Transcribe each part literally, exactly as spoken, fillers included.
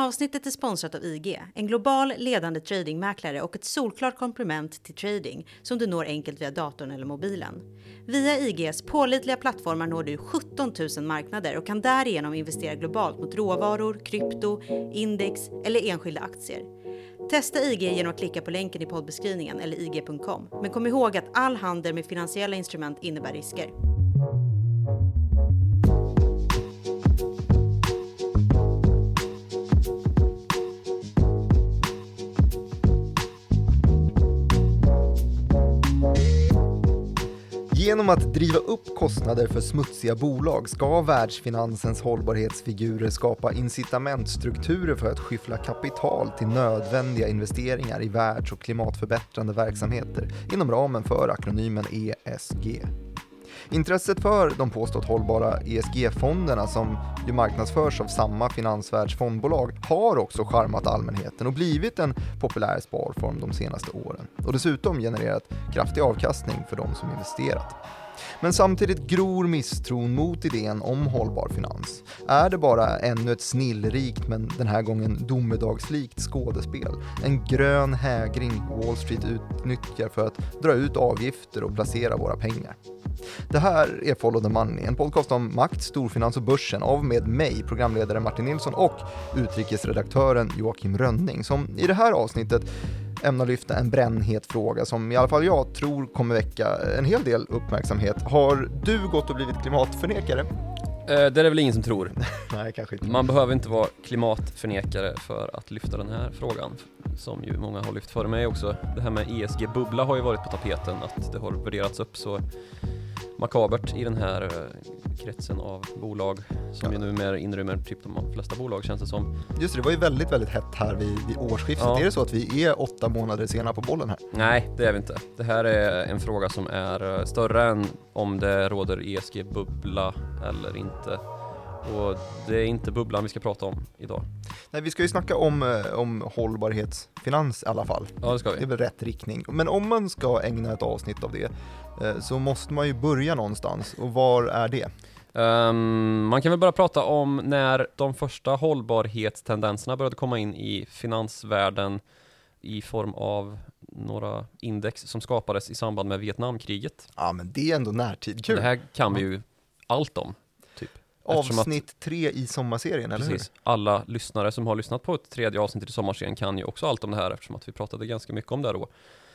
Avsnittet är sponsrat av I G, en global ledande tradingmäklare och ett solklart komplement till trading som du når enkelt via datorn eller mobilen. Via I Gs pålitliga plattformar når du sjutton tusen marknader och kan därigenom investera globalt mot råvaror, krypto, index eller enskilda aktier. Testa I G genom att klicka på länken i poddbeskrivningen eller i g punkt com. Men kom ihåg att all handel med finansiella instrument innebär risker. Genom att driva upp kostnader för smutsiga bolag ska världsfinansens hållbarhetsfigurer skapa incitamentstrukturer för att skyffla kapital till nödvändiga investeringar i världs- och klimatförbättrande verksamheter inom ramen för akronymen E S G. Intresset för de påstått hållbara E S G-fonderna som ju marknadsförs av samma finansvärldsfondbolag har också charmat allmänheten och blivit en populär sparform de senaste åren och dessutom genererat kraftig avkastning för de som investerat. Men samtidigt gror misstron mot idén om hållbar finans. Är det bara ännu ett snillrikt men den här gången domedagslikt skådespel? En grön hägring Wall Street utnyttjar för att dra ut avgifter och placera våra pengar. Det här är Follow the Money, en podcast om makt, storfinans och börsen av med mig, programledare Martin Nilsson och utrikesredaktören Joakim Rönning som i det här avsnittet ämnar lyfta en brännhet fråga som i alla fall jag tror kommer väcka en hel del uppmärksamhet. Har du gått och blivit klimatförnekare? Det är det väl ingen som tror. Nej, kanske inte. Man behöver inte vara klimatförnekare för att lyfta den här frågan, som ju många har lyft före mig också. Det här med E S G-bubbla har ju varit på tapeten, att det har värderats upp så makabert i den här kretsen av bolag som ja. ju numera inrymmer typ de flesta bolag, känns det som. Just det, det var ju väldigt, väldigt hett här vid, vid årsskiftet. Ja. Är det så att vi är åtta månader senare på bollen här? Nej, det är vi inte. Det här är en fråga som är större än om det råder E S G-bubbla eller inte. Och det är inte bubblan vi ska prata om idag. Nej, vi ska ju snacka om, om hållbarhetsfinans i alla fall. Ja, det ska vi. Det är väl rätt riktning. Men om man ska ägna ett avsnitt av det så måste man ju börja någonstans. Och var är det? Um, man kan väl bara prata om när de första hållbarhetstendenserna började komma in i finansvärlden i form av några index som skapades i samband med Vietnamkriget. Ja, men det är ändå närtid. Kul. Det här kan vi ju allt om. Typ. Avsnitt att, tre i sommarserien, eller precis, hur? Alla lyssnare som har lyssnat på ett tredje avsnitt i sommarserien kan ju också allt om det här eftersom att vi pratade ganska mycket om det då.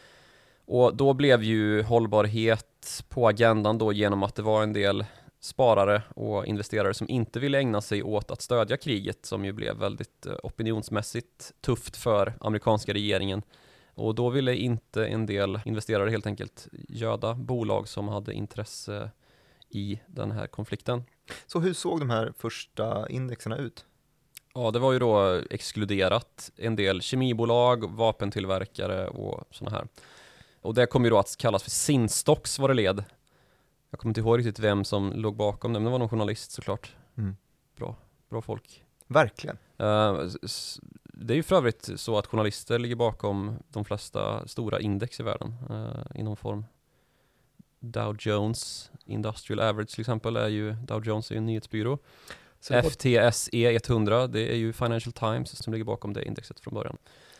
Och då blev ju hållbarhet på agendan då genom att det var en del sparare och investerare som inte ville ägna sig åt att stödja kriget som ju blev väldigt opinionsmässigt tufft för amerikanska regeringen. Och då ville inte en del investerare helt enkelt göda bolag som hade intresse i den här konflikten. Så hur såg de här första indexerna ut? Ja, det var ju då exkluderat en del kemibolag, vapentillverkare och såna här. Och det kom ju då att kallas för Zinstocks var det led. Jag kommer inte ihåg riktigt vem som låg bakom det, men det var någon journalist såklart. Mm. Bra, bra folk. Verkligen. Uh, det är ju för övrigt så att journalister ligger bakom de flesta stora index i världen uh, i någon form. Dow Jones Industrial Average till exempel är ju, Dow Jones är ju en nyhetsbyrå. Så F T S E hundra, det är ju Financial Times som ligger bakom det indexet från början.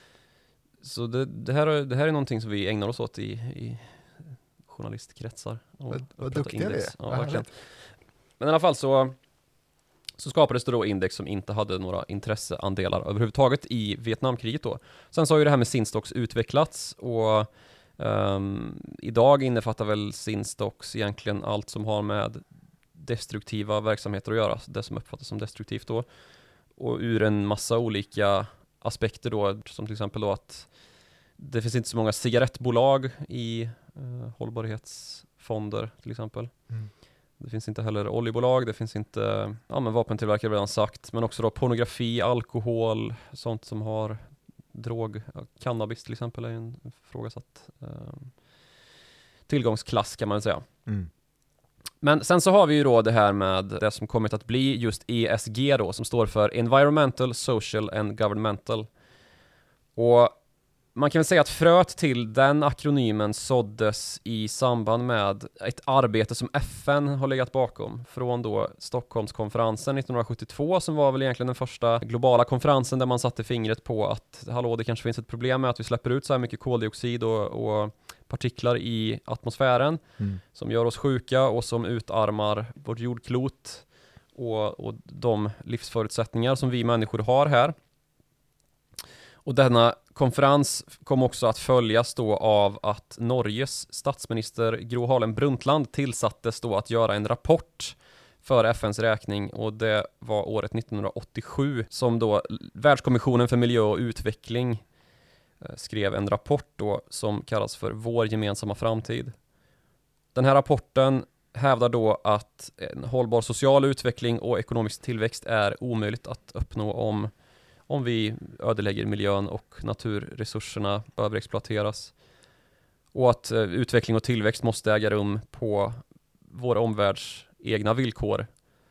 Så det, det, här, är, det här är någonting som vi ägnar oss åt i, i journalistkretsar. Vad, vad duktiga vi är. Ja, verkligen. Men i alla fall så, så skapades det då index som inte hade några intresseandelar överhuvudtaget i Vietnamkriget då. Sen så har ju det här med Zinstocks utvecklats och um, idag innefattar väl Zinstocks egentligen allt som har med destruktiva verksamheter att göra. Det som uppfattas som destruktivt då. Och ur en massa olika aspekter då, som till exempel då att det finns inte så många cigarettbolag i uh, hållbarhetsfonder till exempel. Mm. Det finns inte heller oljebolag, det finns inte ja, men vapentillverkare redan sagt, men också då pornografi, alkohol, sånt som har drog, ja, cannabis till exempel är en ifrågasatt uh, tillgångsklass kan man säga. Mm. Men sen så har vi ju då det här med det som kommit att bli just E S G då, som står för Environmental, Social and Governmental. Och man kan väl säga att fröet till den akronymen såddes i samband med ett arbete som F N har legat bakom från då Stockholmskonferensen nittonhundrasjuttiotvå, som var väl egentligen den första globala konferensen där man satte fingret på att hallå, det kanske finns ett problem med att vi släpper ut så här mycket koldioxid och, och partiklar i atmosfären mm. som gör oss sjuka och som utarmar vårt jordklot och, och de livsförutsättningar som vi människor har här. Och denna konferens kom också att följas då av att Norges statsminister Gro Harlem Brundtland tillsattes då att göra en rapport för F N:s räkning, och det var året nittonhundraåttiosju som då Världskommissionen för miljö och utveckling skrev en rapport då som kallas för Vår gemensamma framtid. Den här rapporten hävdar då att en hållbar social utveckling och ekonomisk tillväxt är omöjligt att uppnå om om vi ödelägger miljön och naturresurserna behöver exploateras. Och att eh, utveckling och tillväxt måste äga rum på vår omvärlds egna villkor.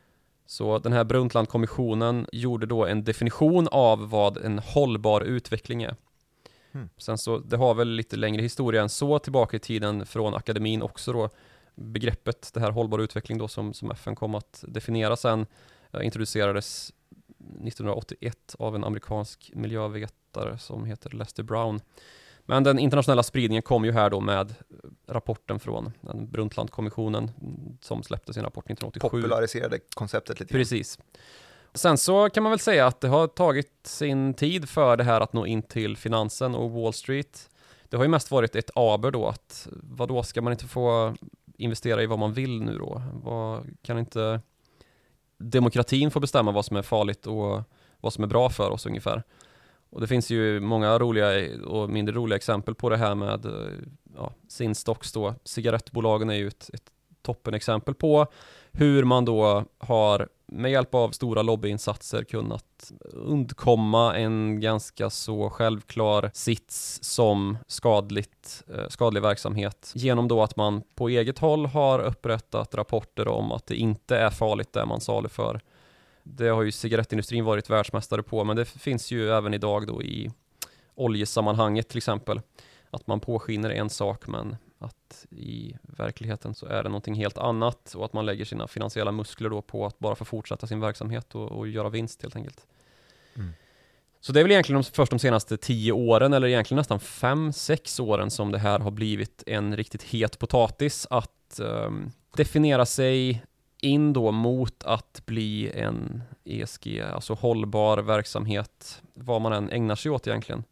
Så den här Brundtlandkommissionen gjorde då en definition av vad en hållbar utveckling är. Mm. Sen så, det har väl lite längre historia än så tillbaka i tiden från akademin också då. Begreppet det här hållbar utveckling då som, som F N kom att definiera sen eh, introducerades nittonhundraåttioett av en amerikansk miljövetare som heter Lester Brown. Men den internationella spridningen kom ju här då med rapporten från den Brundtlandkommissionen som släppte sin rapport nittonhundraåttiosju. Populariserade konceptet lite. Precis. Sen så kan man väl säga att det har tagit sin tid för det här att nå in till finansen och Wall Street. Det har ju mest varit ett aber då, att vad då ska man inte få investera i vad man vill nu då? Vad kan inte demokratin få bestämma vad som är farligt och vad som är bra för oss ungefär? Och det finns ju många roliga och mindre roliga exempel på det här med ja, Sinstocks då. Cigarettbolagen är ju ett, ett toppenexempel på hur man då har med hjälp av stora lobbyinsatser kunnat undkomma en ganska så självklar sits som skadligt, eh, skadlig verksamhet genom då att man på eget håll har upprättat rapporter om att det inte är farligt det man saluför. Det har ju cigarettindustrin varit världsmästare på, men det finns ju även idag då i oljesammanhanget till exempel, att man påskiner en sak men att i verkligheten så är det någonting helt annat, och att man lägger sina finansiella muskler då på att bara få fortsätta sin verksamhet och, och göra vinst helt enkelt. Mm. Så det är väl egentligen först de senaste tio åren eller egentligen nästan fem, sex åren som det här har blivit en riktigt het potatis att um, definiera sig in då mot att bli en E S G, alltså hållbar verksamhet, vad man än ägnar sig åt egentligen.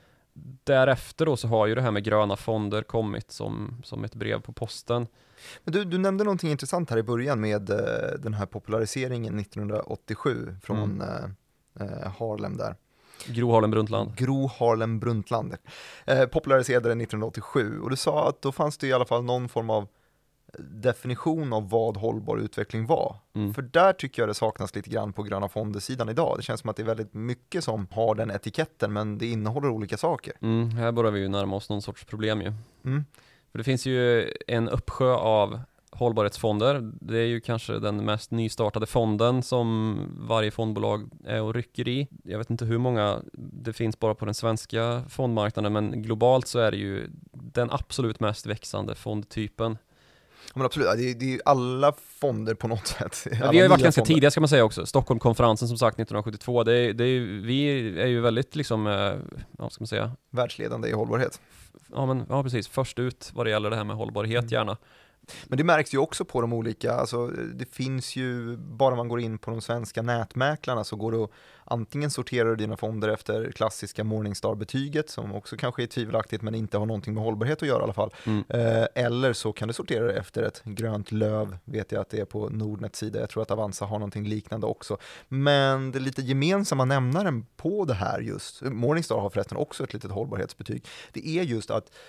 Därefter då så har ju det här med gröna fonder kommit som, som ett brev på posten. Men du, du nämnde någonting intressant här i början med uh, den här populariseringen nittonhundraåttiosju från mm. uh, Harlem där. Gro Harlem Brundtland. Gro Harlem Brundtland. Uh, populariserade den nittonhundraåttiosju, och du sa att då fanns det i alla fall någon form av definition av vad hållbar utveckling var. Mm. För där tycker jag det saknas lite grann på gröna fonder-sidan idag. Det känns som att det är väldigt mycket som har den etiketten, men det innehåller olika saker. Mm, här börjar vi ju närma oss någon sorts problem ju. Mm. För det finns ju en uppsjö av hållbarhetsfonder. Det är ju kanske den mest nystartade fonden som varje fondbolag är och rycker i. Jag vet inte hur många det finns bara på den svenska fondmarknaden, men globalt så är det ju den absolut mest växande fondtypen. Men absolut, det är, det är ju alla fonder på något sätt. Vi har ju varit ganska fonder. Tidiga ska man säga också. Stockholmkonferensen som sagt nittonhundrasjuttiotvå, det är, det är, vi är ju väldigt liksom, vad ska man säga? Världsledande i hållbarhet. Ja, men, ja precis, först ut vad det gäller det här med hållbarhet mm. gärna. Men det märks ju också på de olika, alltså det finns ju, bara man går in på de svenska nätmäklarna så går det att antingen sortera dina fonder efter klassiska Morningstar-betyget som också kanske är tvivelaktigt men inte har någonting med hållbarhet att göra i alla fall. Mm. Eh, eller så kan du sortera det efter ett grönt löv, vet jag att det är på Nordnets sida. Jag tror att Avanza har någonting liknande också. Men det lite gemensamma nämnaren på det här just, Morningstar har förresten också ett litet hållbarhetsbetyg, det är just att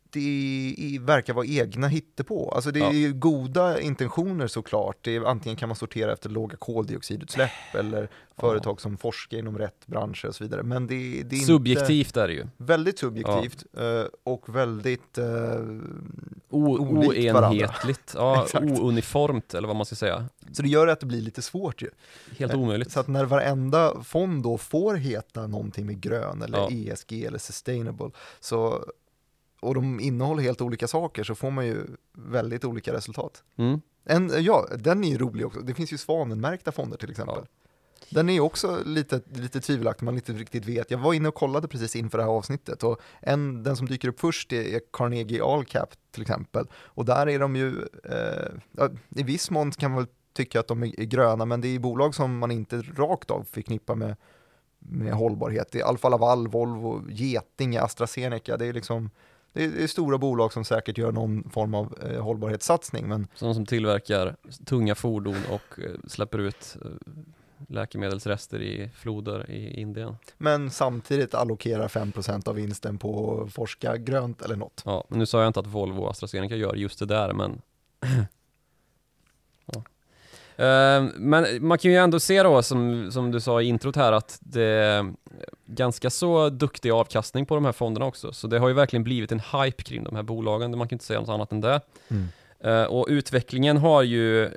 det verkar vara egna hittepå. Alltså det är ju ja. goda intentioner såklart. Det är, antingen kan man sortera efter låga koldioxidutsläpp eller företag ja. som forskar inom rätt branscher och så vidare. Men det, det är subjektivt inte, är det ju. Väldigt subjektivt ja. och väldigt uh, o- oenhetligt. Ja, ouniformt eller vad man ska säga. Så det gör att det blir lite svårt ju. Helt omöjligt. Så att när varenda fond då får heta någonting med grön eller ja. E S G eller sustainable så och de innehåller helt olika saker så får man ju väldigt olika resultat. Mm. En, ja, den är ju rolig också. Det finns ju svanenmärkta fonder till exempel. Ja. Den är ju också lite, lite tvivelaktig, man inte riktigt vet. Jag var inne och kollade precis inför det här avsnittet och en, den som dyker upp först är Carnegie All Cap till exempel. Och där är de ju, eh, i viss mån kan man väl tycka att de är gröna, men det är bolag som man inte rakt av förknippar med, med hållbarhet. Det är Alfa Laval, Volvo, Getinge, AstraZeneca, det är liksom Det är, det är stora bolag som säkert gör någon form av eh, hållbarhetssatsning. Men som som tillverkar tunga fordon och eh, släpper ut eh, läkemedelsrester i floder i Indien. Men samtidigt allokerar fem procent av vinsten på forska grönt eller något. Ja, men nu sa jag inte att Volvo och AstraZeneca gör just det där, men ja. Uh, men man kan ju ändå se då, som, som du sa i introt här, att det är ganska så duktig avkastning på de här fonderna också. Så det har ju verkligen blivit en hype kring de här bolagen. Man kan inte säga något annat än det. Mm. Uh, och utvecklingen har ju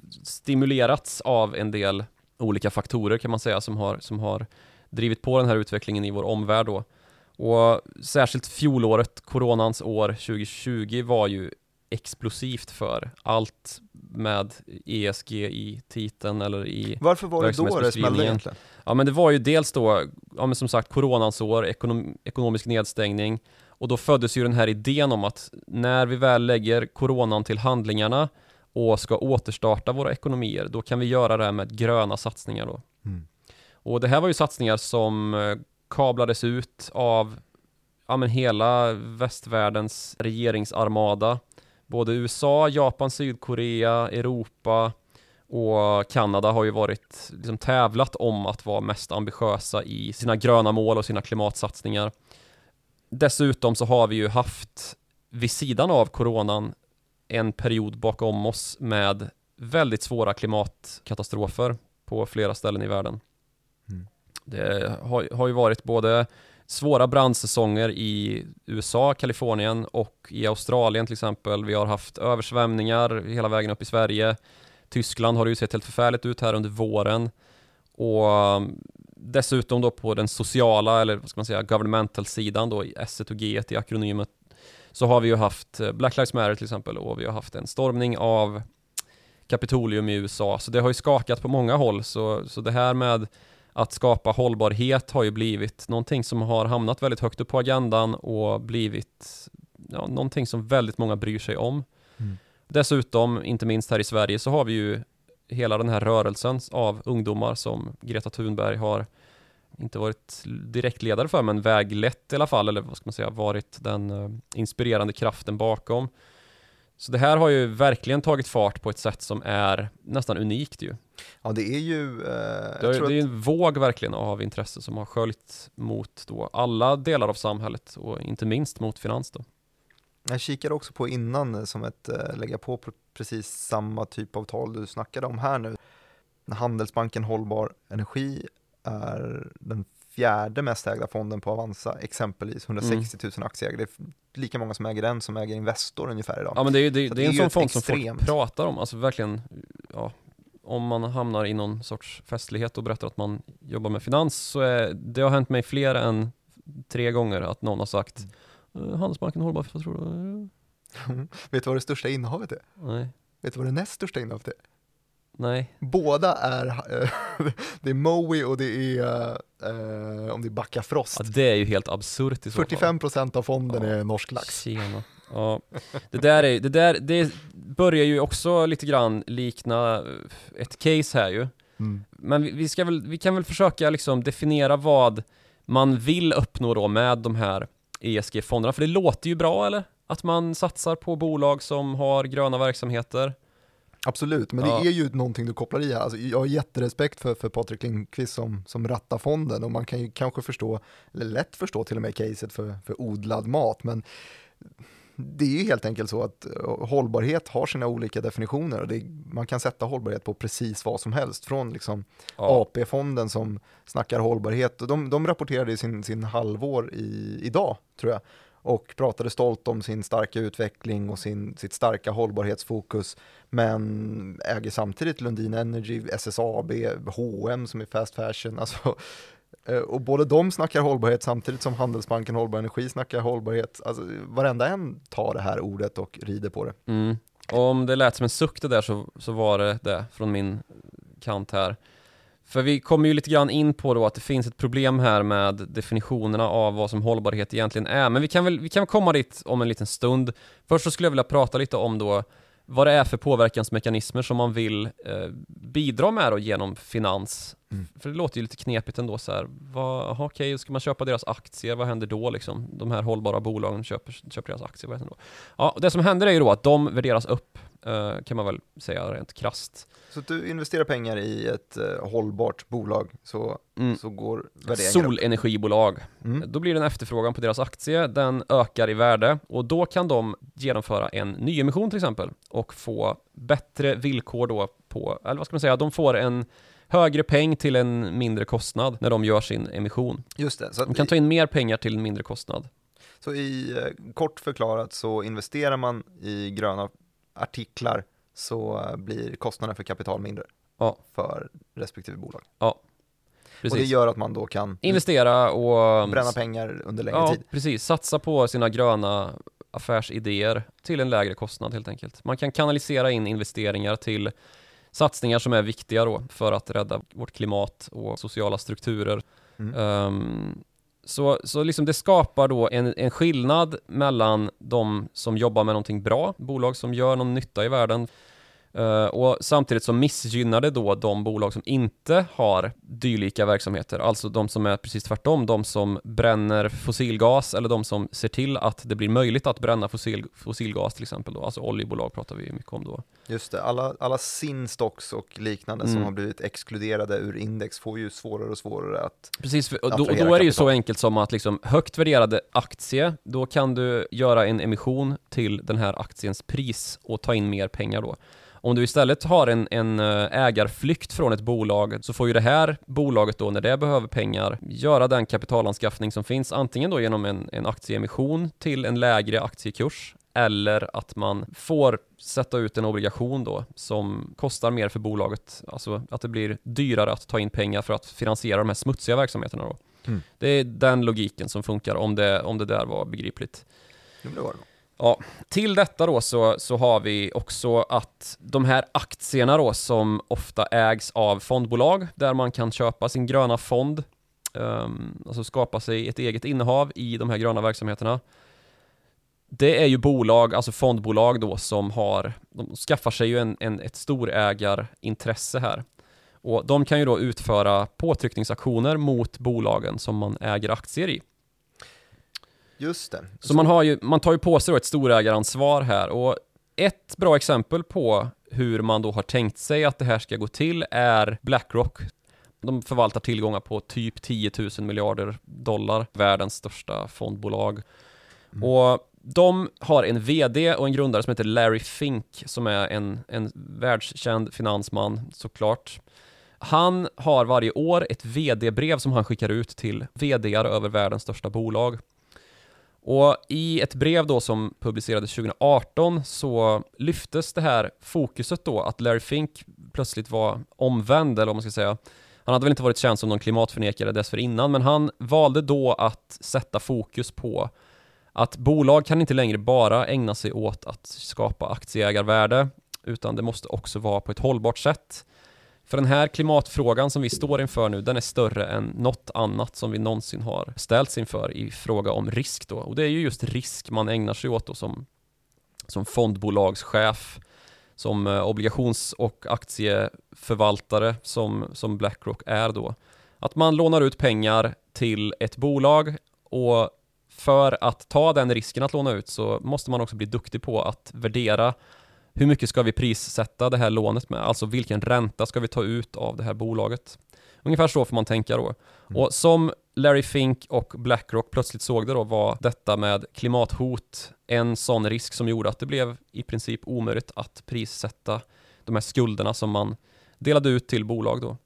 stimulerats av en del olika faktorer kan man säga som har, som har drivit på den här utvecklingen i vår omvärld då. Och särskilt fjolåret, coronans år tjugo tjugo, var ju explosivt för allt med E S G i titeln eller i Varför var det då det smällde egentligen? Ja, men det var ju dels då, ja, men som sagt, coronans år, ekonom, ekonomisk nedstängning, och då föddes ju den här idén om att när vi väl lägger coronan till handlingarna och ska återstarta våra ekonomier, då kan vi göra det här med gröna satsningar då. Mm. Och det här var ju satsningar som kablades ut av ja, men hela västvärldens regeringsarmada. Både U S A, Japan, Sydkorea, Europa och Kanada har ju varit liksom tävlat om att vara mest ambitiösa i sina gröna mål och sina klimatsatsningar. Dessutom så har vi ju haft vid sidan av coronan en period bakom oss med väldigt svåra klimatkatastrofer på flera ställen i världen. Mm. Det har, har ju varit både svåra brandsäsonger i U S A, Kalifornien och i Australien till exempel. Vi har haft översvämningar hela vägen upp i Sverige. Tyskland har det ju sett helt förfärligt ut här under våren. Och dessutom då på den sociala, eller vad ska man säga, governmental-sidan då, i S och G i akronymet, så har vi ju haft Black Lives Matter till exempel, och vi har haft en stormning av Kapitolium i U S A. Så det har ju skakat på många håll. Så, så det här med att skapa hållbarhet har ju blivit någonting som har hamnat väldigt högt upp på agendan och blivit ja, någonting som väldigt många bryr sig om. Mm. Dessutom, inte minst här i Sverige, så har vi ju hela den här rörelsen av ungdomar som Greta Thunberg har inte varit direktledare för, men väglett i alla fall, eller vad ska man säga, varit den uh, inspirerande kraften bakom. Så det här har ju verkligen tagit fart på ett sätt som är nästan unikt ju. Ja, det är ju... Eh, det, är, det är en våg verkligen av intresse som har sköljt mot då alla delar av samhället och inte minst mot finans då. Jag kikade också på innan som ett äh, lägga på precis samma typ av tal du snackade om här nu. Handelsbanken Hållbar Energi är den fjärde mest ägda fonden på Avanza, exempelvis hundrasextio tusen aktieägare. Det är lika många som äger den som äger Investor ungefär idag. Ja, men det är, det, det, det är en sån fond extremt. som folk pratar om. Alltså verkligen, ja, om man hamnar i någon sorts festlighet och berättar att man jobbar med finans, så är, det har hänt mig fler än tre gånger att någon har sagt mm. Handelsbanken Hållbar, vad tror du? Vet du vad det största innehavet är? Nej. Vet du vad det näst största innehavet är? Nej. Båda är det är Mowi och det är eh, om det är Backafrost. Ja, det är ju helt absurt i så fyrtiofem procent av fonden ja. är norsk lax. Tjena. Ja. Det där är det där det börjar ju också lite grann likna ett case här ju. Mm. Men vi, vi ska väl vi kan väl försöka liksom definiera vad man vill uppnå då med de här E S G-fonderna, för det låter ju bra, eller? Att man satsar på bolag som har gröna verksamheter. Absolut, men ja. det är ju någonting du kopplar i här. Alltså, jag har jätterespekt för, för Patrik Lindqvist som, som rattar fonden, och man kan ju kanske förstå, eller lätt förstå till och med caset för, för odlad mat, men det är ju helt enkelt så att hållbarhet har sina olika definitioner och det, man kan sätta hållbarhet på precis vad som helst. Från liksom Ja. A P-fonden som snackar hållbarhet. Och de, de rapporterade sin, sin halvår i, idag, tror jag. Och pratade stolt om sin starka utveckling och sin, sitt starka hållbarhetsfokus. Men äger samtidigt Lundin Energy, S S A B, H och M som är fast fashion. Alltså, och både de snackar hållbarhet samtidigt som Handelsbanken Hållbar Energi snackar hållbarhet. Alltså, varenda en tar det här ordet och rider på det. Mm. Och om det lät som en suck det där så, så var det det från min kant här. För vi kommer ju lite grann in på då att det finns ett problem här med definitionerna av vad som hållbarhet egentligen är. Men vi kan väl vi kan komma dit om en liten stund. Först så skulle jag vilja prata lite om då vad det är för påverkansmekanismer som man vill eh, bidra med då genom finans. Mm. För det låter ju lite knepigt ändå så här. Vad, aha, okej, ska man köpa deras aktier? Vad händer då liksom? De här hållbara bolagen köper, köper deras aktier. Vad händer då? Ja, det som händer är ju då att de värderas upp, eh, kan man väl säga rent krasst. Så att du investerar pengar i ett uh, hållbart bolag så, mm. så går värderingen Solenergibolag. Mm. Då blir det en efterfrågan på deras aktie. Den ökar i värde och då kan de genomföra en nyemission till exempel och få bättre villkor då på, eller vad ska man säga, de får en högre peng till en mindre kostnad när de gör sin emission. Just det. Så att de kan ta in mer pengar till en mindre kostnad. Så i eh, kort förklarat så investerar man i gröna artiklar så blir kostnaden för kapital mindre ja. för respektive bolag. Ja, precis. Och det gör att man då kan investera och bränna pengar under längre ja, tid. Precis. Satsa på sina gröna affärsidéer till en lägre kostnad helt enkelt. Man kan kanalisera in investeringar till satsningar som är viktiga då för att rädda vårt klimat och sociala strukturer. Mm. Um, Så, så liksom det skapar då en, en skillnad mellan de som jobbar med någonting bra, bolag som gör någon nytta i världen, uh, och samtidigt så missgynnar det då de bolag som inte har dylika verksamheter, alltså de som är precis tvärtom, de som bränner fossilgas eller de som ser till att det blir möjligt att bränna fossil, fossilgas till exempel då, alltså oljebolag pratar vi mycket om då. Just det, alla, alla Sinstocks och liknande mm. som har blivit exkluderade ur index får ju svårare och svårare att precis, och då, och då är det ju så enkelt som att liksom högt värderade aktie, då kan du göra en emission till den här aktiens pris och ta in mer pengar då. Om du istället har en, en ägarflykt från ett bolag så får ju det här bolaget då, när det behöver pengar, göra den kapitalanskaffning som finns, antingen då genom en, en aktieemission till en lägre aktiekurs, eller att man får sätta ut en obligation då som kostar mer för bolaget, alltså att det blir dyrare att ta in pengar för att finansiera de här smutsiga verksamheterna då. Mm. Det är den logiken som funkar, om det, om det där var begripligt. Det var det. Ja, till detta då så, så har vi också att de här aktierna då som ofta ägs av fondbolag där man kan köpa sin gröna fond, um, alltså skapa sig ett eget innehav i de här gröna verksamheterna. Det är ju bolag, alltså fondbolag då som har, de skaffar sig ju en, en, ett storägarintresse här. Och de kan ju då utföra påtryckningsaktioner mot bolagen som man äger aktier i. Just det. Så, Så man, har ju, man tar ju på sig då ett storägaransvar här, och ett bra exempel på hur man då har tänkt sig att det här ska gå till är BlackRock. De förvaltar tillgångar på typ tio tusen miljarder dollar, världens största fondbolag. Mm. Och de har en vd och en grundare som heter Larry Fink, som är en, en världskänd finansman såklart. Han har varje år ett vd-brev som han skickar ut till vd:ar över världens största bolag. Och i ett brev då som publicerades tjugo arton så lyftes det här fokuset då att Larry Fink plötsligt var omvänd, eller vad man ska säga. Han hade väl inte varit känd som någon klimatförnekare dessförinnan, men han valde då att sätta fokus på att bolag kan inte längre bara ägna sig åt att skapa aktieägarvärde, utan det måste också vara på ett hållbart sätt. För den här klimatfrågan som vi står inför nu, den är större än något annat som vi någonsin har ställts inför i fråga om risk då. Och det är ju just risk man ägnar sig åt då som, som fondbolagschef, som eh, obligations- och aktieförvaltare som, som BlackRock är då. Att man lånar ut pengar till ett bolag, och för att ta den risken att låna ut så måste man också bli duktig på att värdera hur mycket ska vi prissätta det här lånet med? Alltså vilken ränta ska vi ta ut av det här bolaget? Ungefär så får man tänka då. Mm. Och som Larry Fink och BlackRock plötsligt såg det då var detta med klimathot en sån risk som gjorde att det blev i princip omöjligt att prissätta de här skulderna som man delade ut till bolag då.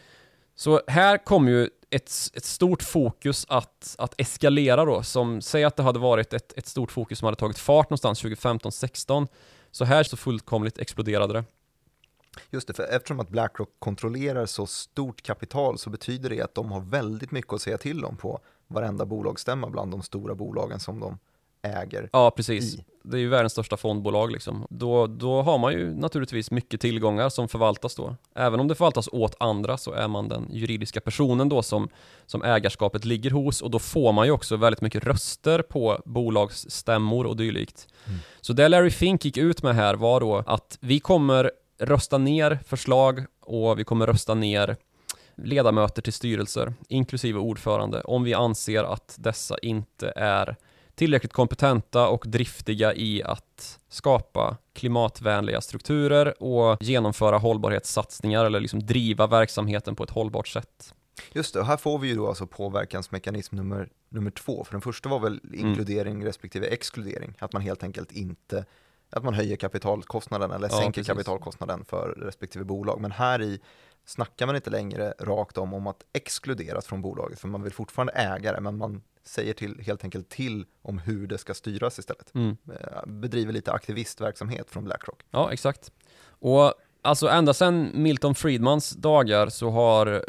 Så här kom ju ett, ett stort fokus att, att eskalera då, som säger att det hade varit ett, ett stort fokus som hade tagit fart någonstans tjugo femton sexton. Så här så fullkomligt exploderade det. Just det, för eftersom att BlackRock kontrollerar så stort kapital så betyder det att de har väldigt mycket att säga till om på varenda bolagsstämma bland de stora bolagen som de äger. Ja, precis. I. Det är ju världens största fondbolag liksom. Då, då har man ju naturligtvis mycket tillgångar som förvaltas då. Även om det förvaltas åt andra så är man den juridiska personen då som, som ägarskapet ligger hos, och då får man ju också väldigt mycket röster på bolagsstämmor och dylikt. Mm. Så det Larry Fink gick ut med här var då att vi kommer rösta ner förslag och vi kommer rösta ner ledamöter till styrelser, inklusive ordförande, om vi anser att dessa inte är tillräckligt kompetenta och driftiga i att skapa klimatvänliga strukturer och genomföra hållbarhetssatsningar eller liksom driva verksamheten på ett hållbart sätt. Just det, och här får vi ju då alltså påverkansmekanism nummer, nummer två. För den första var väl inkludering mm. respektive exkludering. Att man helt enkelt inte, att man höjer kapitalkostnaden eller ja, sänker precis. kapitalkostnaden för respektive bolag. Men här i snackar man inte längre rakt om, om att exkluderas från bolaget. För man vill fortfarande äga det, men man säger till, helt enkelt till om hur det ska styras istället. Mm. Bedriver lite aktivistverksamhet från BlackRock. Ja, exakt. Och alltså ända sedan Milton Friedmans dagar så har,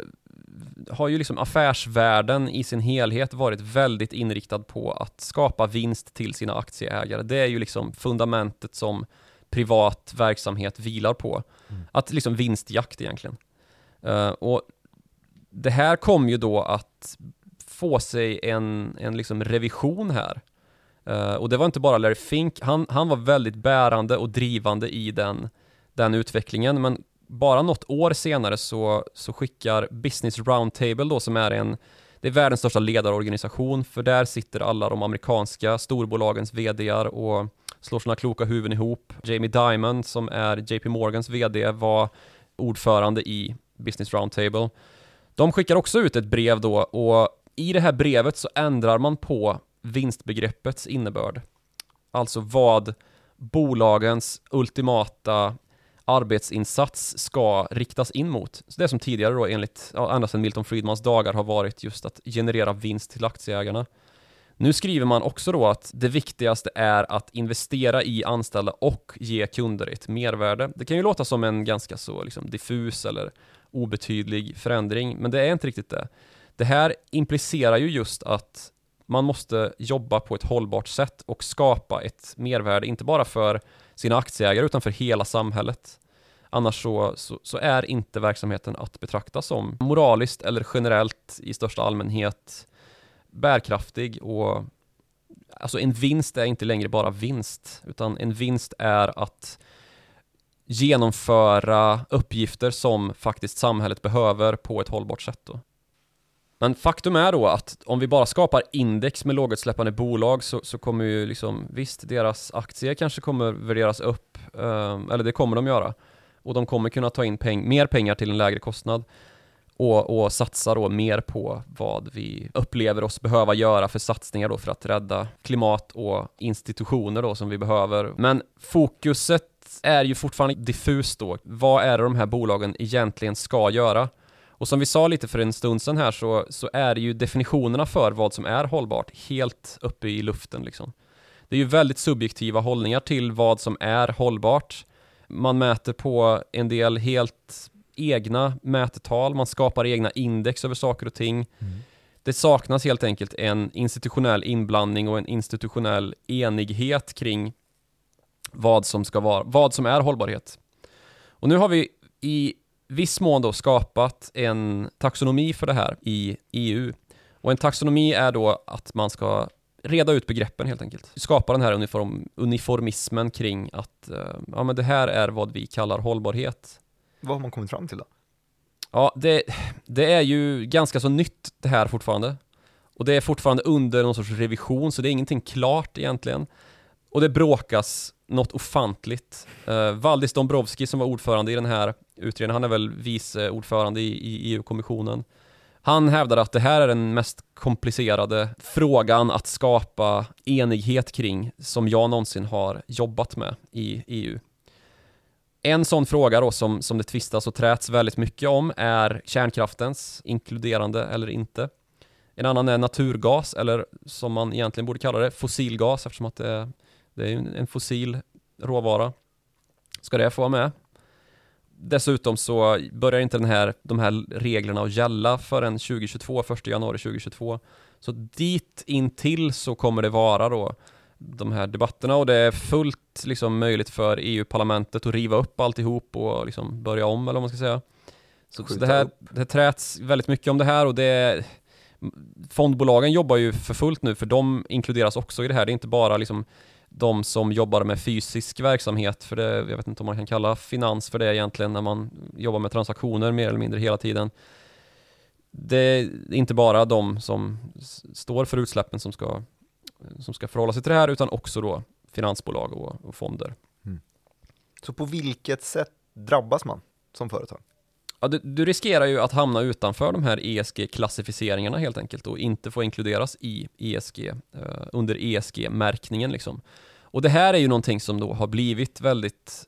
har ju liksom affärsvärlden i sin helhet varit väldigt inriktad på att skapa vinst till sina aktieägare. Det är ju liksom fundamentet som privat verksamhet vilar på. Mm. Att liksom vinstjakt egentligen. Uh, och det här kom ju då att få sig en, en liksom revision här. Uh, och det var inte bara Larry Fink, han, han var väldigt bärande och drivande i den, den utvecklingen, men bara något år senare så, så skickar Business Roundtable då, som är en, det är världens största ledarorganisation, för där sitter alla de amerikanska storbolagens vd:ar och slår sina kloka huvuden ihop. Jamie Dimon som är J P Morgans vd var ordförande i Business Roundtable. De skickar också ut ett brev då, och i det här brevet så ändrar man på vinstbegreppets innebörd. Alltså vad bolagens ultimata arbetsinsats ska riktas in mot. Så det som tidigare då enligt, ja, ända sedan Milton Friedmans dagar har varit just att generera vinst till aktieägarna. Nu skriver man också då att det viktigaste är att investera i anställda och ge kunder ett mervärde. Det kan ju låta som en ganska så liksom diffus eller obetydlig förändring, men det är inte riktigt det. Det här implicerar ju just att man måste jobba på ett hållbart sätt och skapa ett mervärde, inte bara för sina aktieägare utan för hela samhället. Annars så, så, så är inte verksamheten att betrakta som moraliskt eller generellt i största allmänhet bärkraftig. Och alltså en vinst är inte längre bara vinst, utan en vinst är att genomföra uppgifter som faktiskt samhället behöver på ett hållbart sätt då. Men faktum är då att om vi bara skapar index med lågutsläppande bolag så, så kommer ju liksom, visst, deras aktier kanske kommer värderas upp, eh, eller det kommer de göra. Och de kommer kunna ta in peng- mer pengar till en lägre kostnad och, och satsa då mer på vad vi upplever oss behöva göra för satsningar då för att rädda klimat och institutioner då som vi behöver. Men fokuset är ju fortfarande diffust då. Vad är det de här bolagen egentligen ska göra? Och som vi sa lite för en stund sedan här så, så är det ju definitionerna för vad som är hållbart helt uppe i luften liksom. Det är ju väldigt subjektiva hållningar till vad som är hållbart. Man mäter på en del helt egna mätetal, man skapar egna index över saker och ting. Mm. Det saknas helt enkelt en institutionell inblandning och en institutionell enighet kring vad som ska vara, vad som är hållbarhet. Och nu har vi i viss mån då skapat en taxonomi för det här i E U. Och en taxonomi är då att man ska reda ut begreppen helt enkelt. Skapa den här uniform, uniformismen kring att uh, ja, men det här är vad vi kallar hållbarhet. Vad har man kommit fram till då? Ja, det, det är ju ganska så nytt det här fortfarande. Och det är fortfarande under någon sorts revision, så det är ingenting klart egentligen. Och det bråkas något ofantligt. Uh, Valdis Dombrovskis som var ordförande i den här utredningen, han är väl vice ordförande i, i E U-kommissionen. Han hävdar att det här är den mest komplicerade frågan att skapa enighet kring som jag någonsin har jobbat med i E U. En sån fråga då som, som det tvistas och träts väldigt mycket om är kärnkraftens inkluderande eller inte. En annan är naturgas, eller som man egentligen borde kalla det, fossilgas, eftersom att det är, det är en fossil råvara. Ska det få vara med? Dessutom så börjar inte den här, de här reglerna att gälla förrän tjugo tjugotvå, första januari tjugo tjugotvå. Så dit in till så kommer det vara då de här debatterna, och det är fullt liksom möjligt för E U-parlamentet att riva upp alltihop och liksom börja om, eller vad man ska säga. Så, så det här det träts väldigt mycket om det här, och det fondbolagen jobbar ju för fullt nu, för de inkluderas också i det här. Det är inte bara liksom de som jobbar med fysisk verksamhet, för det, jag vet inte om man kan kalla finans för det egentligen, när man jobbar med transaktioner mer eller mindre hela tiden. Det är inte bara de som står för utsläppen som ska, som ska förhålla sig till det här, utan också då finansbolag och, och fonder. Mm. Så på vilket sätt drabbas man som företag? Ja, du, du riskerar ju att hamna utanför de här E S G-klassificeringarna helt enkelt och inte få inkluderas i E S G, eh, under E S G-märkningen liksom. Och det här är ju någonting som då har blivit väldigt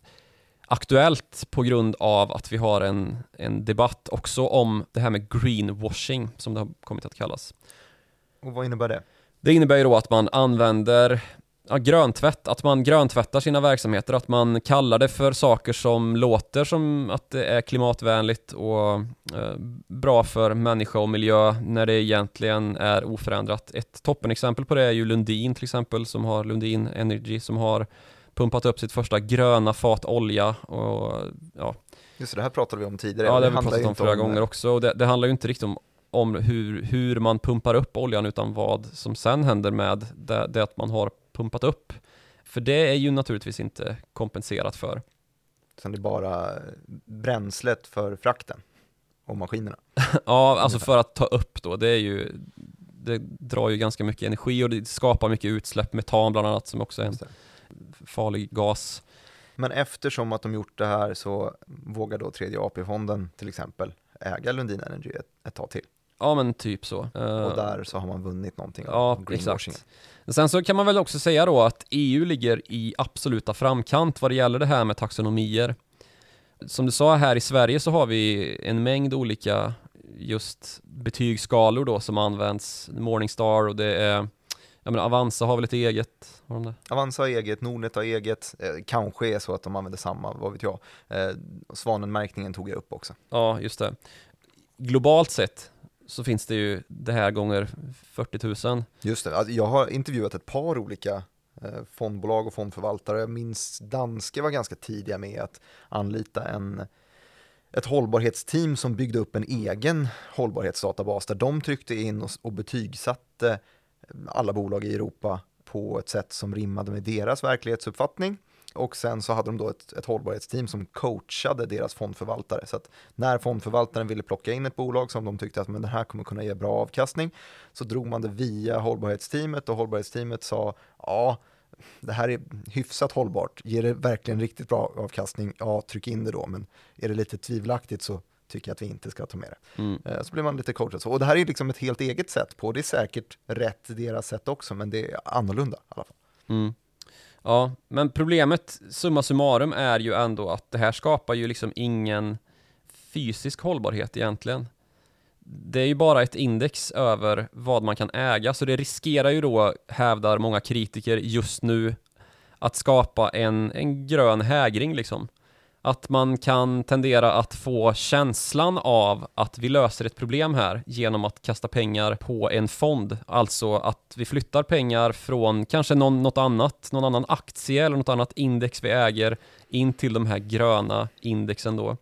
aktuellt på grund av att vi har en, en debatt också om det här med greenwashing, som det har kommit att kallas. Och vad innebär det? Det innebär ju då att man använder ja, gröntvätt, att man gröntvättar sina verksamheter, att man kallar det för saker som låter som att det är klimatvänligt och eh, bra för människa och miljö, när det egentligen är oförändrat. Ett toppenexempel på det är ju Lundin till exempel, som har Lundin Energy, som har pumpat upp sitt första gröna fat olja. Och, ja. Just det, det här pratade vi om tidigare. Ja, det det har vi pratat om flera om... gånger också. Och det, det handlar ju inte riktigt om om hur, hur man pumpar upp oljan, utan vad som sen händer med det, det att man har pumpat upp. För det är ju naturligtvis inte kompenserat för. Så det är bara bränslet för frakten och maskinerna? Ja, alltså för att ta upp då, det är ju det drar ju ganska mycket energi och det skapar mycket utsläpp, metan bland annat, som också är en farlig gas. Men eftersom att de gjort det här så vågar då tredje A P-fonden till exempel äga Lundin Energy ett, ett tag till. Ja, men typ så. Och där så har man vunnit någonting. Ja, exakt. Sen så kan man väl också säga då att E U ligger i absoluta framkant vad det gäller det här med taxonomier. Som du sa, här i Sverige så har vi en mängd olika just betygsskalor då som används. Morningstar, och det är, jag menar, Avanza har väl ett eget. Har de det? Avanza har eget, Nordnet har eget. Eh, kanske är så att de använder samma, vad vet jag. Eh, Svanenmärkningen tog jag upp också. Ja, just det. Globalt sett så finns det ju det här gånger fyrtio tusen. Just det, alltså jag har intervjuat ett par olika eh, fondbolag och fondförvaltare. Jag minns Danske var ganska tidiga med att anlita en, ett hållbarhetsteam som byggde upp en egen hållbarhetsdatabas där de tryckte in och, och betygsatte alla bolag i Europa på ett sätt som rimmade med deras verklighetsuppfattning. Och sen så hade de då ett, ett hållbarhetsteam som coachade deras fondförvaltare. Så att när fondförvaltaren ville plocka in ett bolag som de tyckte att men det här kommer kunna ge bra avkastning, så drog man det via hållbarhetsteamet, och hållbarhetsteamet sa ja, det här är hyfsat hållbart. Ger det verkligen riktigt bra avkastning? Ja, tryck in det då. Men är det lite tvivelaktigt så tycker jag att vi inte ska ta med det. Mm. Så blir man lite coachad. Och det här är liksom ett helt eget sätt på. Det är säkert rätt deras sätt också, men det är annorlunda i alla fall. Mm. Ja, men problemet summa summarum är ju ändå att det här skapar ju liksom ingen fysisk hållbarhet egentligen. Det är ju bara ett index över vad man kan äga, så det riskerar ju då, hävdar många kritiker just nu, att skapa en, en grön hägring liksom. Att man kan tendera att få känslan av att vi löser ett problem här genom att kasta pengar på en fond. Alltså att vi flyttar pengar från kanske någon, något annat, någon annan aktie eller något annat index vi äger in till de här gröna indexen då.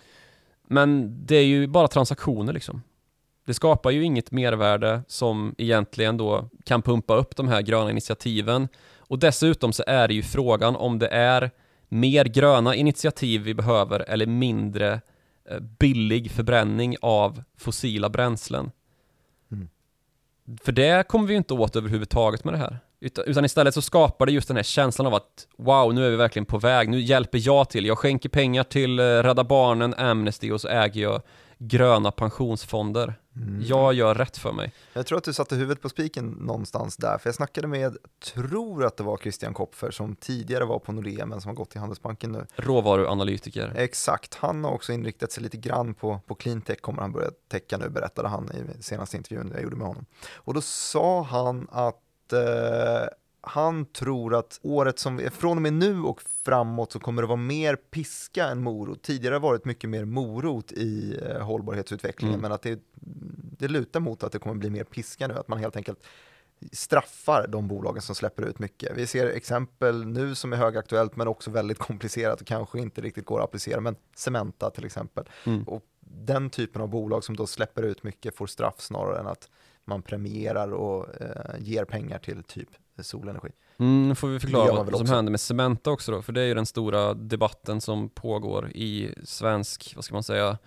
Men det är ju bara transaktioner liksom. Det skapar ju inget mervärde som egentligen då kan pumpa upp de här gröna initiativen. Och dessutom så är det ju frågan om det är mer gröna initiativ vi behöver eller mindre eh, billig förbränning av fossila bränslen. Mm. För det kommer vi ju inte åt överhuvudtaget med det här. Utan, utan istället så skapar det just den här känslan av att wow, nu är vi verkligen på väg. Nu hjälper jag till. Jag skänker pengar till eh, Rädda Barnen, Amnesty, och så äger jag gröna pensionsfonder. Mm. Jag gör rätt för mig. Jag tror att du satte huvudet på spiken någonstans där, för jag snackade med, tror att det var Christian Kopfer som tidigare var på Nordea men som har gått till Handelsbanken nu. Råvaruanalytiker. Exakt, han har också inriktat sig lite grann på, på cleantech, kommer han börja täcka nu, berättade han i senaste intervjun jag gjorde med honom. Och då sa han att eh, han tror att året som från och med nu och framåt så kommer det vara mer piska än morot. Tidigare har det varit mycket mer morot i eh, hållbarhetsutvecklingen, mm. men att det, det lutar mot att det kommer bli mer piska nu, att man helt enkelt straffar de bolagen som släpper ut mycket. Vi ser exempel nu som är högaktuellt men också väldigt komplicerat och kanske inte riktigt går att applicera, men Cementa till exempel. Mm. Och den typen av bolag som då släpper ut mycket får straff snarare än att man premierar och eh, ger pengar till typ solenergi. Mm, får vi förklara vad som också händer med Cementa också då, för det är ju den stora debatten som pågår i svensk, vad ska man säga,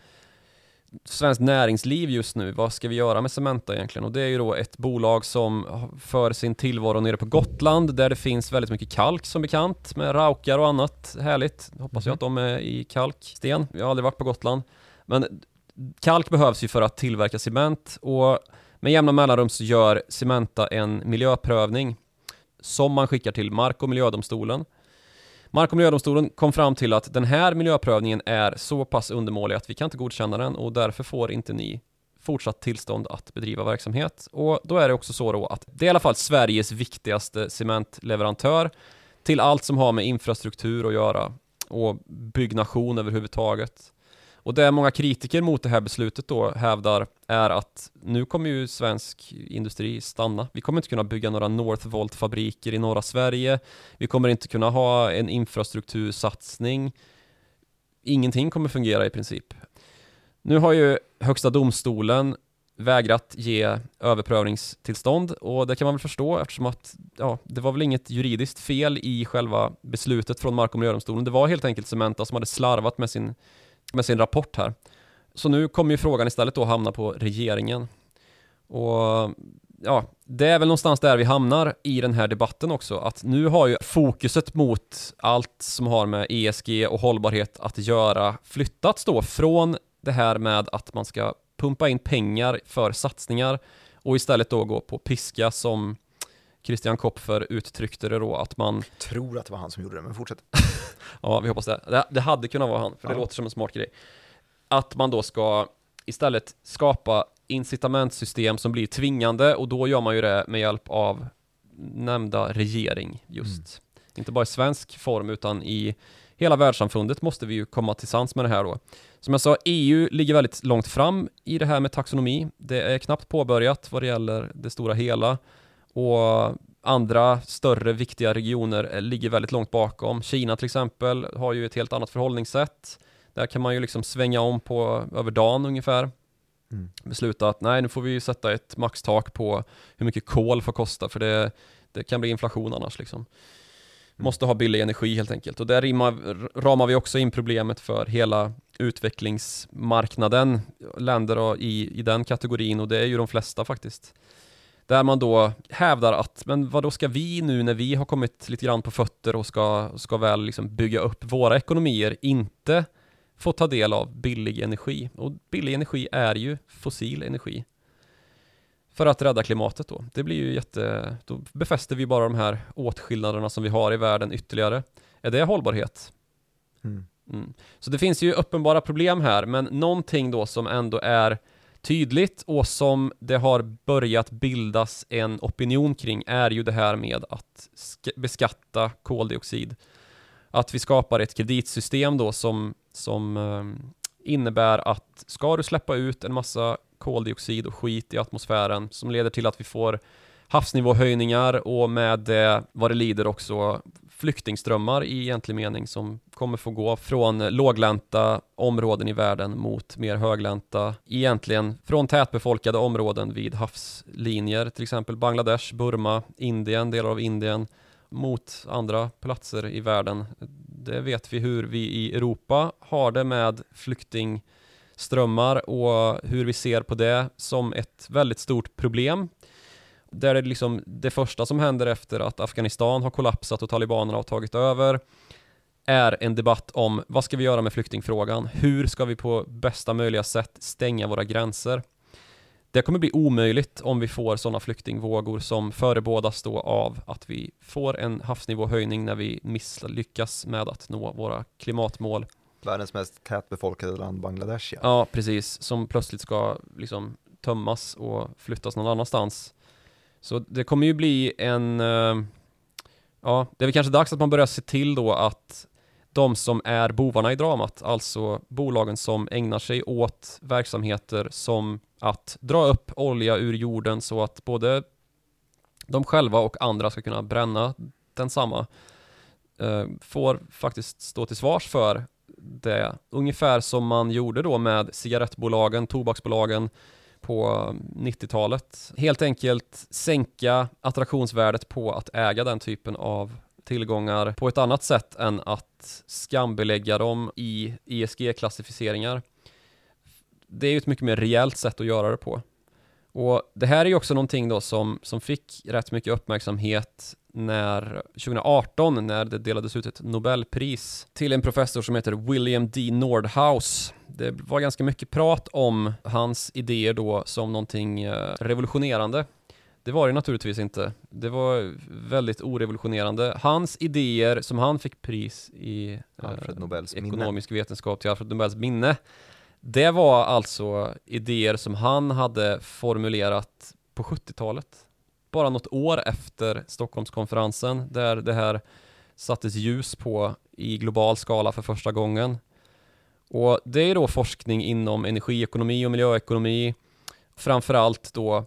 svenskt näringsliv just nu. Vad ska vi göra med Cementa egentligen? Och det är ju då ett bolag som för sin tillvaro nere på Gotland, där det finns väldigt mycket kalk som bekant, med raukar och annat härligt. Hoppas jag att de är i kalksten. Jag har aldrig varit på Gotland. Men kalk behövs ju för att tillverka cement, och med jämna mellanrum så gör Cementa en miljöprövning som man skickar till Mark- och miljödomstolen. Mark- och miljödomstolen kom fram till att den här miljöprövningen är så pass undermålig att vi kan inte godkänna den, och därför får inte ni fortsatt tillstånd att bedriva verksamhet. Och då är det också så då att det är i alla fall Sveriges viktigaste cementleverantör till allt som har med infrastruktur att göra och byggnation överhuvudtaget. Och det många kritiker mot det här beslutet då hävdar är att nu kommer ju svensk industri stanna. Vi kommer inte kunna bygga några Northvolt-fabriker i norra Sverige. Vi kommer inte kunna ha en infrastruktursatsning. Ingenting kommer fungera i princip. Nu har ju Högsta domstolen vägrat ge överprövningstillstånd, och det kan man väl förstå eftersom att ja, det var väl inget juridiskt fel i själva beslutet från Mark- och miljödomstolen. Det var helt enkelt Cementa som hade slarvat med sin med sin rapport här. Så nu kommer ju frågan istället då hamna på regeringen. Och ja, det är väl någonstans där vi hamnar i den här debatten också, att nu har ju fokuset mot allt som har med E S G och hållbarhet att göra flyttats då från det här med att man ska pumpa in pengar för satsningar och istället då gå på piska, som Christian Kopfer uttryckte det då, att man tror att det var han som gjorde det, men fortsätt. Ja, vi hoppas det. det. Det hade kunnat vara han, för det ja. låter som en smart grej. Att man då ska istället skapa incitamentsystem som blir tvingande, och då gör man ju det med hjälp av nämnda regering just. Mm. Inte bara i svensk form utan i hela världssamfundet måste vi ju komma tillsammans med det här då. Som jag sa, E U ligger väldigt långt fram i det här med taxonomi. Det är knappt påbörjat vad det gäller det stora hela, och andra större viktiga regioner ligger väldigt långt bakom. Kina till exempel har ju ett helt annat förhållningssätt. Där kan man ju liksom svänga om på över dagen ungefär. Mm. Besluta att nej, nu får vi sätta ett maxtak på hur mycket kol får kosta, för det, det kan bli inflation annars liksom. Mm. Måste ha billig energi helt enkelt. Och där rimmar, ramar vi också in problemet för hela utvecklingsmarknaden, länder i, i den kategorin, och det är ju de flesta faktiskt. Där man då hävdar att, men vad då ska vi nu när vi har kommit lite grann på fötter och ska, ska väl liksom bygga upp våra ekonomier, inte få ta del av billig energi. Och billig energi är ju fossil energi. För att rädda klimatet då. Det blir ju jätte, då befäster vi bara de här åtskillnaderna som vi har i världen ytterligare. Är det hållbarhet? Mm. Mm. Så det finns ju uppenbara problem här, men någonting då som ändå är tydligt och som det har börjat bildas en opinion kring är ju det här med att beskatta koldioxid. Att vi skapar ett kreditsystem då som, som eh, innebär att ska du släppa ut en massa koldioxid och skit i atmosfären som leder till att vi får havsnivåhöjningar och med det, vad det lider också flyktingströmmar i egentlig mening som kommer få gå från låglänta områden i världen mot mer höglänta, egentligen från tätbefolkade områden vid havslinjer, till exempel Bangladesh, Burma, Indien, delar av Indien, mot andra platser i världen. Det vet vi hur vi i Europa har det med flyktingströmmar och hur vi ser på det som ett väldigt stort problem. Där är det liksom det första som händer efter att Afghanistan har kollapsat och talibanerna har tagit över. är en debatt om vad ska vi göra med flyktingfrågan? Hur ska vi på bästa möjliga sätt stänga våra gränser? Det kommer bli omöjligt om vi får sådana flyktingvågor som förebådas då av att vi får en havsnivåhöjning när vi misslyckas med att nå våra klimatmål. Världens mest tätbefolkade land, Bangladesh. Ja, ja precis. Som plötsligt ska liksom tömmas och flyttas någon annanstans. Så det kommer ju bli en... Ja, det är väl kanske dags att man börjar se till då att de som är bovarna i dramat, alltså bolagen som ägnar sig åt verksamheter som att dra upp olja ur jorden så att både de själva och andra ska kunna bränna densamma, eh, får faktiskt stå till svars för det. Ungefär som man gjorde då med cigarettbolagen, tobaksbolagen på nittiotalet. Helt enkelt sänka attraktionsvärdet på att äga den typen av tillgångar på ett annat sätt än att skambelägga dem i E S G-klassificeringar. Det är ju ett mycket mer rejält sätt att göra det på. Och det här är ju också någonting då som, som fick rätt mycket uppmärksamhet när tjugoarton när det delades ut ett Nobelpris till en professor som heter William D. Nordhaus. Det var ganska mycket prat om hans idéer då som någonting revolutionerande. Det var det naturligtvis inte. Det var väldigt orevolutionerande. Hans idéer som han fick pris i Alfred Nobels eh, ekonomisk minne. vetenskap till Alfred Nobels minne. Det var alltså idéer som han hade formulerat på sjuttiotalet. Bara något år efter Stockholmskonferensen där det här sattes ljus på i global skala för första gången. Och det är då forskning inom energiekonomi och miljöekonomi. Framförallt då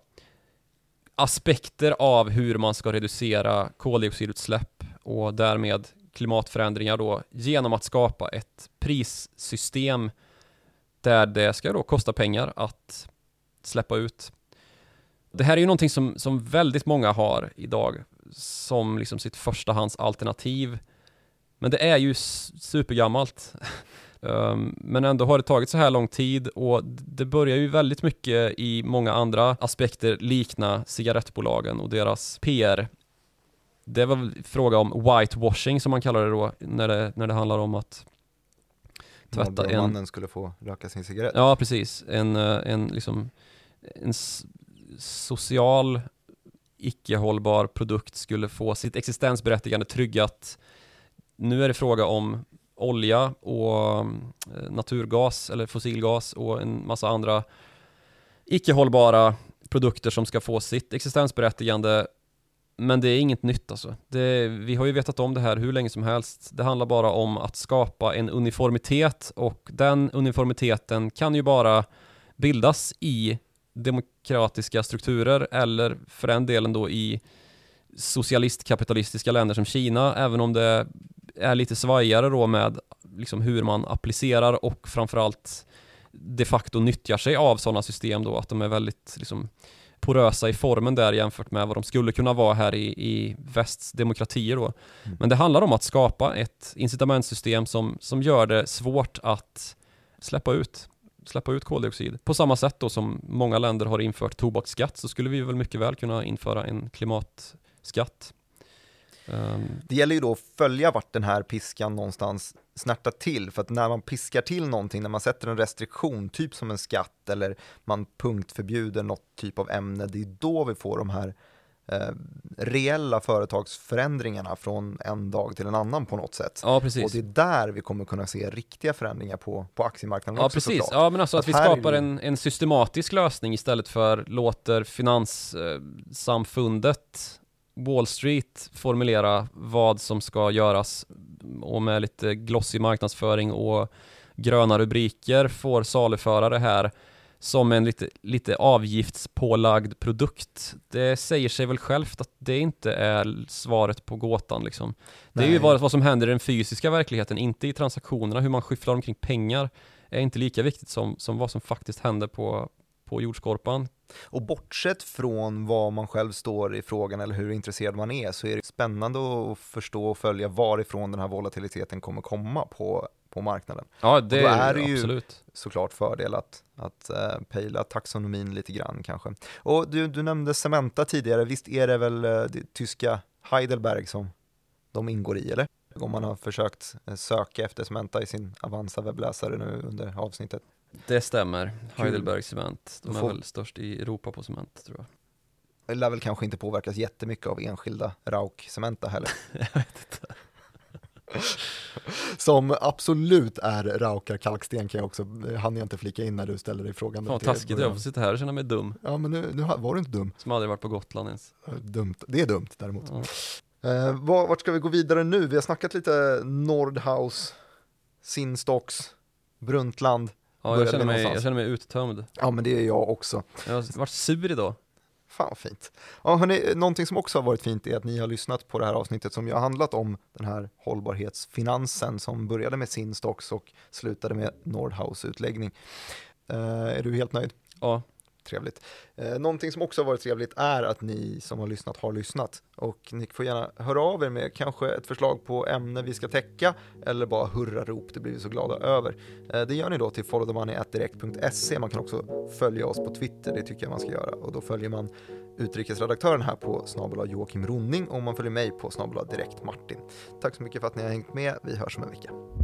aspekter av hur man ska reducera koldioxidutsläpp och därmed klimatförändringar då genom att skapa ett prissystem där det ska då kosta pengar att släppa ut. Det här är ju någonting som, som väldigt många har idag som liksom sitt förstahandsalternativ. Men det är ju supergammalt. Um, men ändå har det tagit så här lång tid och det börjar ju väldigt mycket i många andra aspekter likna cigarettbolagen och deras P R. Det var väl fråga om whitewashing som man kallar det då när det, när det handlar om att tvätta en... mannen skulle få röka sin cigarett. Ja, precis. En, en, liksom, en social icke-hållbar produkt skulle få sitt existensberättigande tryggat. Nu är det fråga om olja och naturgas eller fossilgas och en massa andra icke-hållbara produkter som ska få sitt existensberättigande. Men det är inget nytt alltså. Det, vi har ju vetat om det här hur länge som helst. Det handlar bara om att skapa en uniformitet och den uniformiteten kan ju bara bildas i demokratiska strukturer eller för den delen då i socialistkapitalistiska länder som Kina, även om det är lite svajigare då med liksom hur man applicerar och framförallt de facto nyttjar sig av sådana system då, att de är väldigt liksom porösa i formen där jämfört med vad de skulle kunna vara här i, i västs demokratier då. Mm. Men det handlar om att skapa ett incitamentsystem som, som gör det svårt att släppa ut släppa ut koldioxid. På samma sätt då som många länder har infört tobaksskatt så skulle vi väl mycket väl kunna införa en klimatskatt. Um. Det gäller ju då att följa vart den här piskan någonstans snärtar till, för att när man piskar till någonting, när man sätter en restriktion typ som en skatt eller man punktförbjuder något typ av ämne, det är då vi får de här eh, reella företagsförändringarna från en dag till en annan på något sätt. Ja, precis. Och det är där vi kommer kunna se riktiga förändringar på, på aktiemarknaden ja, också. Precis. Såklart. Ja, men alltså att, att vi skapar det... en, en systematisk lösning istället för låter finanssamfundet Wall Street formulera vad som ska göras och med lite glossig marknadsföring och gröna rubriker får saluföra det här som en lite, lite avgiftspålagd produkt. Det säger sig väl självt att det inte är svaret på gåtan liksom. Det är Nej. ju vad, vad som händer i den fysiska verkligheten, inte i transaktionerna. Hur man skyfflar omkring pengar är inte lika viktigt som, som vad som faktiskt händer på, på jordskorpan. Och bortsett från vad man själv står i frågan eller hur intresserad man är, så är det spännande att förstå och följa varifrån den här volatiliteten kommer komma på, på marknaden. Ja, det, och då är det ju absolut. såklart fördel att, att uh, pejla taxonomin lite grann kanske. Och du, du nämnde Cementa tidigare, visst är det väl uh, det tyska Heidelberg som de ingår i, eller? Om man har försökt söka efter Cementa i sin Avanza webbläsare nu under avsnittet. Det stämmer. Heidelberg Cement. De är får... väl störst i Europa på cement, tror jag. Det lär väl kanske inte påverkas jättemycket av enskilda Rauk Cementa heller. Jag vet inte. Som absolut är Raukar kalksten kan jag också, hann jag inte flika in när du ställer dig frågan. Fan taskigt, jag får sitta här och känna mig dum. Ja, men nu, nu var du inte dum. Som aldrig varit på Gotland ens. Dumt. Det är dumt däremot. Ja. Eh, vart ska vi gå vidare nu? Vi har snackat lite Nordhaus, Sinstocks, Brundtland. Ja, jag känner, mig, jag känner mig uttömd. Ja, men det är jag också. Jag har varit sur idag. Fan vad fint. Ja, hörni, någonting som också har varit fint är att ni har lyssnat på det här avsnittet som ju har handlat om den här hållbarhetsfinansen som började med Sinstocks och slutade med Nordhaus utläggning. Eh, är du helt nöjd? Ja. Trevligt. Eh, någonting som också har varit trevligt är att ni som har lyssnat har lyssnat. Och ni får gärna höra av er med kanske ett förslag på ämne vi ska täcka eller bara hurrarop, det blir vi så glada över. Eh, det gör ni då till follow the money at direkt punkt se. Man kan också följa oss på Twitter, det tycker jag man ska göra. Och då följer man utrikesredaktören här på snabel-a Joakim Ronning och man följer mig på snabel-a Direkt Martin. Tack så mycket för att ni har hängt med. Vi hörs om en vecka.